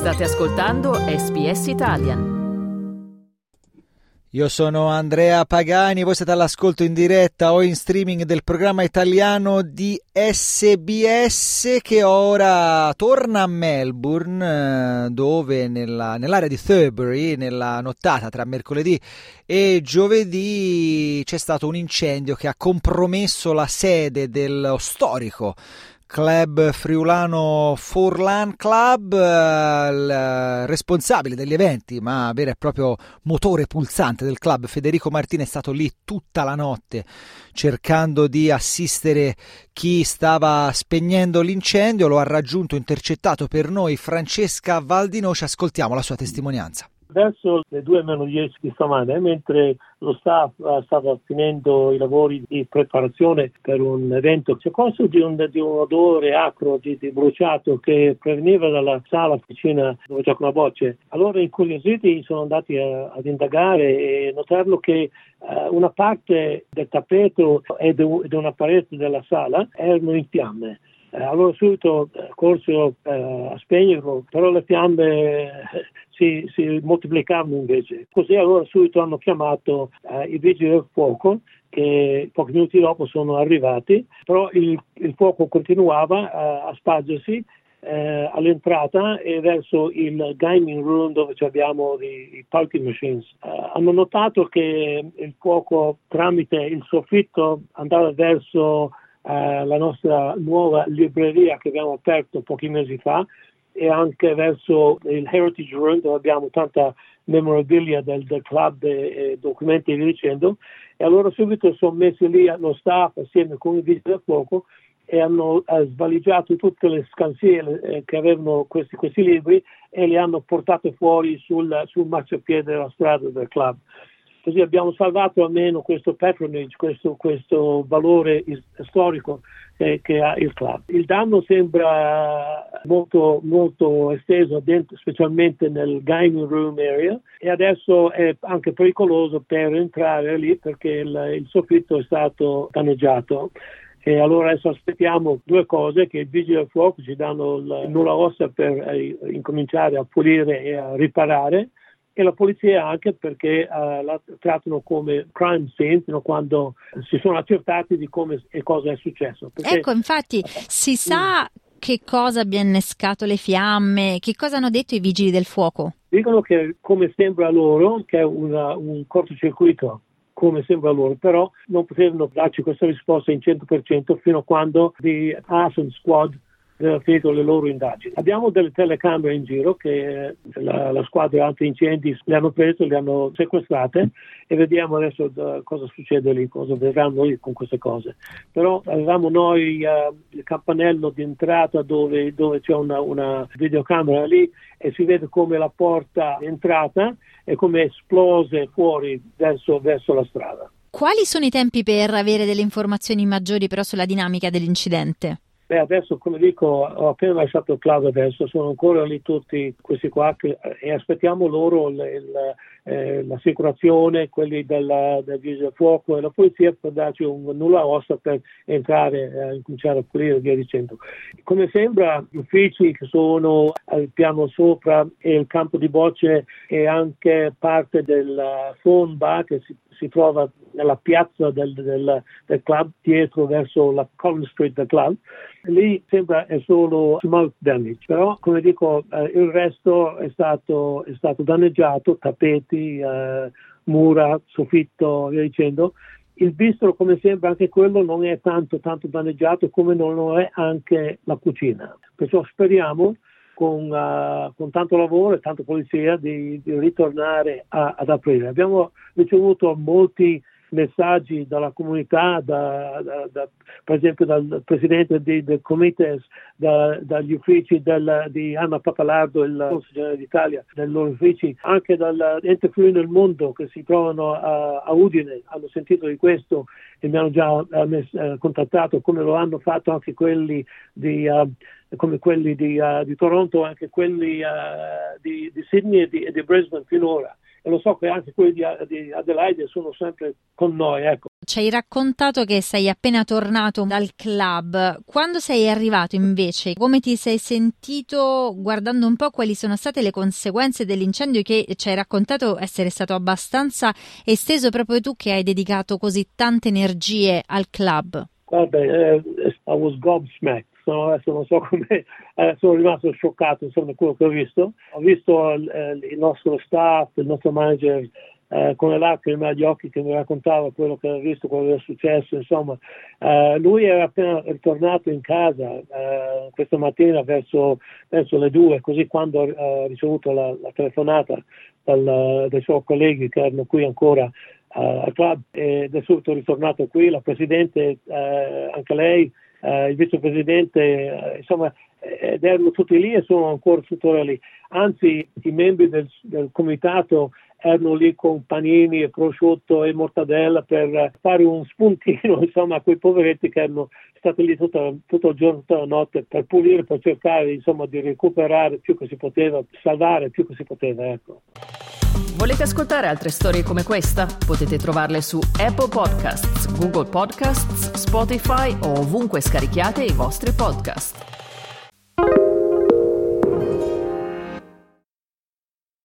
State ascoltando SBS Italian. Io sono Andrea Pagani, voi siete all'ascolto in diretta o in streaming del programma italiano di SBS che ora torna a Melbourne, dove nell'area di Thurbury, nella nottata tra mercoledì e giovedì, c'è stato un incendio che ha compromesso la sede dello storico Club Friulano Furlan Club. Il responsabile degli eventi, ma vero e proprio motore pulsante del club, Federico Martini, è stato lì tutta la notte cercando di assistere chi stava spegnendo l'incendio. Lo ha raggiunto, intercettato per noi Francesca Valdinoci. Ascoltiamo la sua testimonianza. Verso le 2:10 di stamane, mentre lo staff stava finendo i lavori di preparazione per un evento, si è accorso di un odore acro di bruciato che proveniva dalla sala vicina dove giocano a bocce. Allora, incuriositi, sono andati ad indagare e notarono che una parte del tappeto e di una parete della sala erano in fiamme. Allora subito corso a spegnerlo, però le fiamme si moltiplicavano invece. Così allora subito hanno chiamato i vigili del fuoco, che pochi minuti dopo sono arrivati, però il fuoco continuava a spargersi all'entrata e verso il gaming room dove abbiamo i party machines. Hanno notato che il fuoco tramite il soffitto andava verso la nostra nuova libreria che abbiamo aperto pochi mesi fa e anche verso il Heritage Room dove abbiamo tanta memorabilia del club e documenti e via dicendo. E allora subito sono messi lì lo staff assieme con i vigili del fuoco e hanno svaligiato tutte le scansie che avevano questi libri e li hanno portati fuori sul marciapiede della strada del club. Così abbiamo salvato almeno questo patronage, questo valore storico che ha il club. Il danno sembra molto, molto esteso dentro, specialmente nel gaming room area, e adesso è anche pericoloso per entrare lì perché il soffitto è stato danneggiato. E allora adesso aspettiamo due cose: che i vigili del fuoco ci danno il nulla osta per incominciare a pulire e a riparare, e la polizia anche, perché la trattano come crime scene quando si sono accertati di come e cosa è successo. Perché, ecco, infatti, si sa che cosa abbia innescato le fiamme? Che cosa hanno detto i vigili del fuoco? Dicono che, come sembra loro, che è un cortocircuito, come sembra loro, però non potevano darci questa risposta in 100% fino a quando the Arson Squad aveva finito le loro indagini. Abbiamo delle telecamere in giro che la squadra antincendi le hanno prese, le hanno sequestrate e vediamo adesso cosa succede lì, cosa vedranno lì con queste cose. Però avevamo noi il campanello di entrata dove c'è una videocamera lì e si vede come la porta è entrata e come esplose fuori verso la strada. Quali sono i tempi per avere delle informazioni maggiori però sulla dinamica dell'incidente? Adesso, come dico, ho appena lasciato il club, adesso sono ancora lì tutti questi qua e aspettiamo loro l'assicurazione, quelli del vigile del fuoco e la polizia per darci un nulla osta per entrare e cominciare a pulire e via dicendo. Come sembra, gli uffici che sono al piano sopra e il campo di bocce e anche parte del phone bar che si trova nella piazza del club, dietro verso la Collins Street del club. Lì sembra è solo smoke damage, però come dico il resto è stato danneggiato, tappeti, mura, soffitto, via dicendo. Il bistro, come sembra, anche quello non è tanto danneggiato come non lo è anche la cucina. Perciò speriamo con tanto lavoro e tanta polizia di ritornare ad aprire. Abbiamo ricevuto molti messaggi dalla comunità, per esempio dal presidente del Comites, dagli uffici di Anna Papalardo, il consigliere generale d'Italia, dai loro uffici, anche dall'Ente Friuli nel Mondo che si trovano a Udine, hanno sentito di questo e mi hanno già contattato, come lo hanno fatto anche quelli di Toronto, anche quelli di Sydney e di Brisbane finora. lo so che anche quelli di Adelaide sono sempre con noi, ecco. Ci hai raccontato che sei appena tornato dal club. Quando sei arrivato invece, come ti sei sentito guardando un po' quali sono state le conseguenze dell'incendio che ci hai raccontato essere stato abbastanza esteso proprio tu che hai dedicato così tante energie al club? Guarda, I was gobsmacked. Adesso non so come, sono rimasto scioccato insomma quello che ho visto. Ho visto il nostro staff, il nostro manager con le lacrime agli occhi che mi raccontava quello che aveva visto, quello che era successo, insomma. Lui era appena ritornato in casa questa mattina verso le 2, così quando ha ricevuto la telefonata dai suoi colleghi che erano qui ancora al club, ed è subito ritornato qui, la presidente, anche lei, il vicepresidente, insomma, ed erano tutti lì e sono ancora tuttora lì. Anzi, i membri del comitato erano lì con panini e prosciutto e mortadella per fare un spuntino, insomma, a quei poveretti che erano stati lì tutto il giorno, tutta la notte per pulire, per cercare, insomma, di recuperare più che si poteva, salvare più che si poteva, ecco. Volete ascoltare altre storie come questa? Potete trovarle su Apple Podcasts, Google Podcasts, Spotify o ovunque scarichiate i vostri podcast.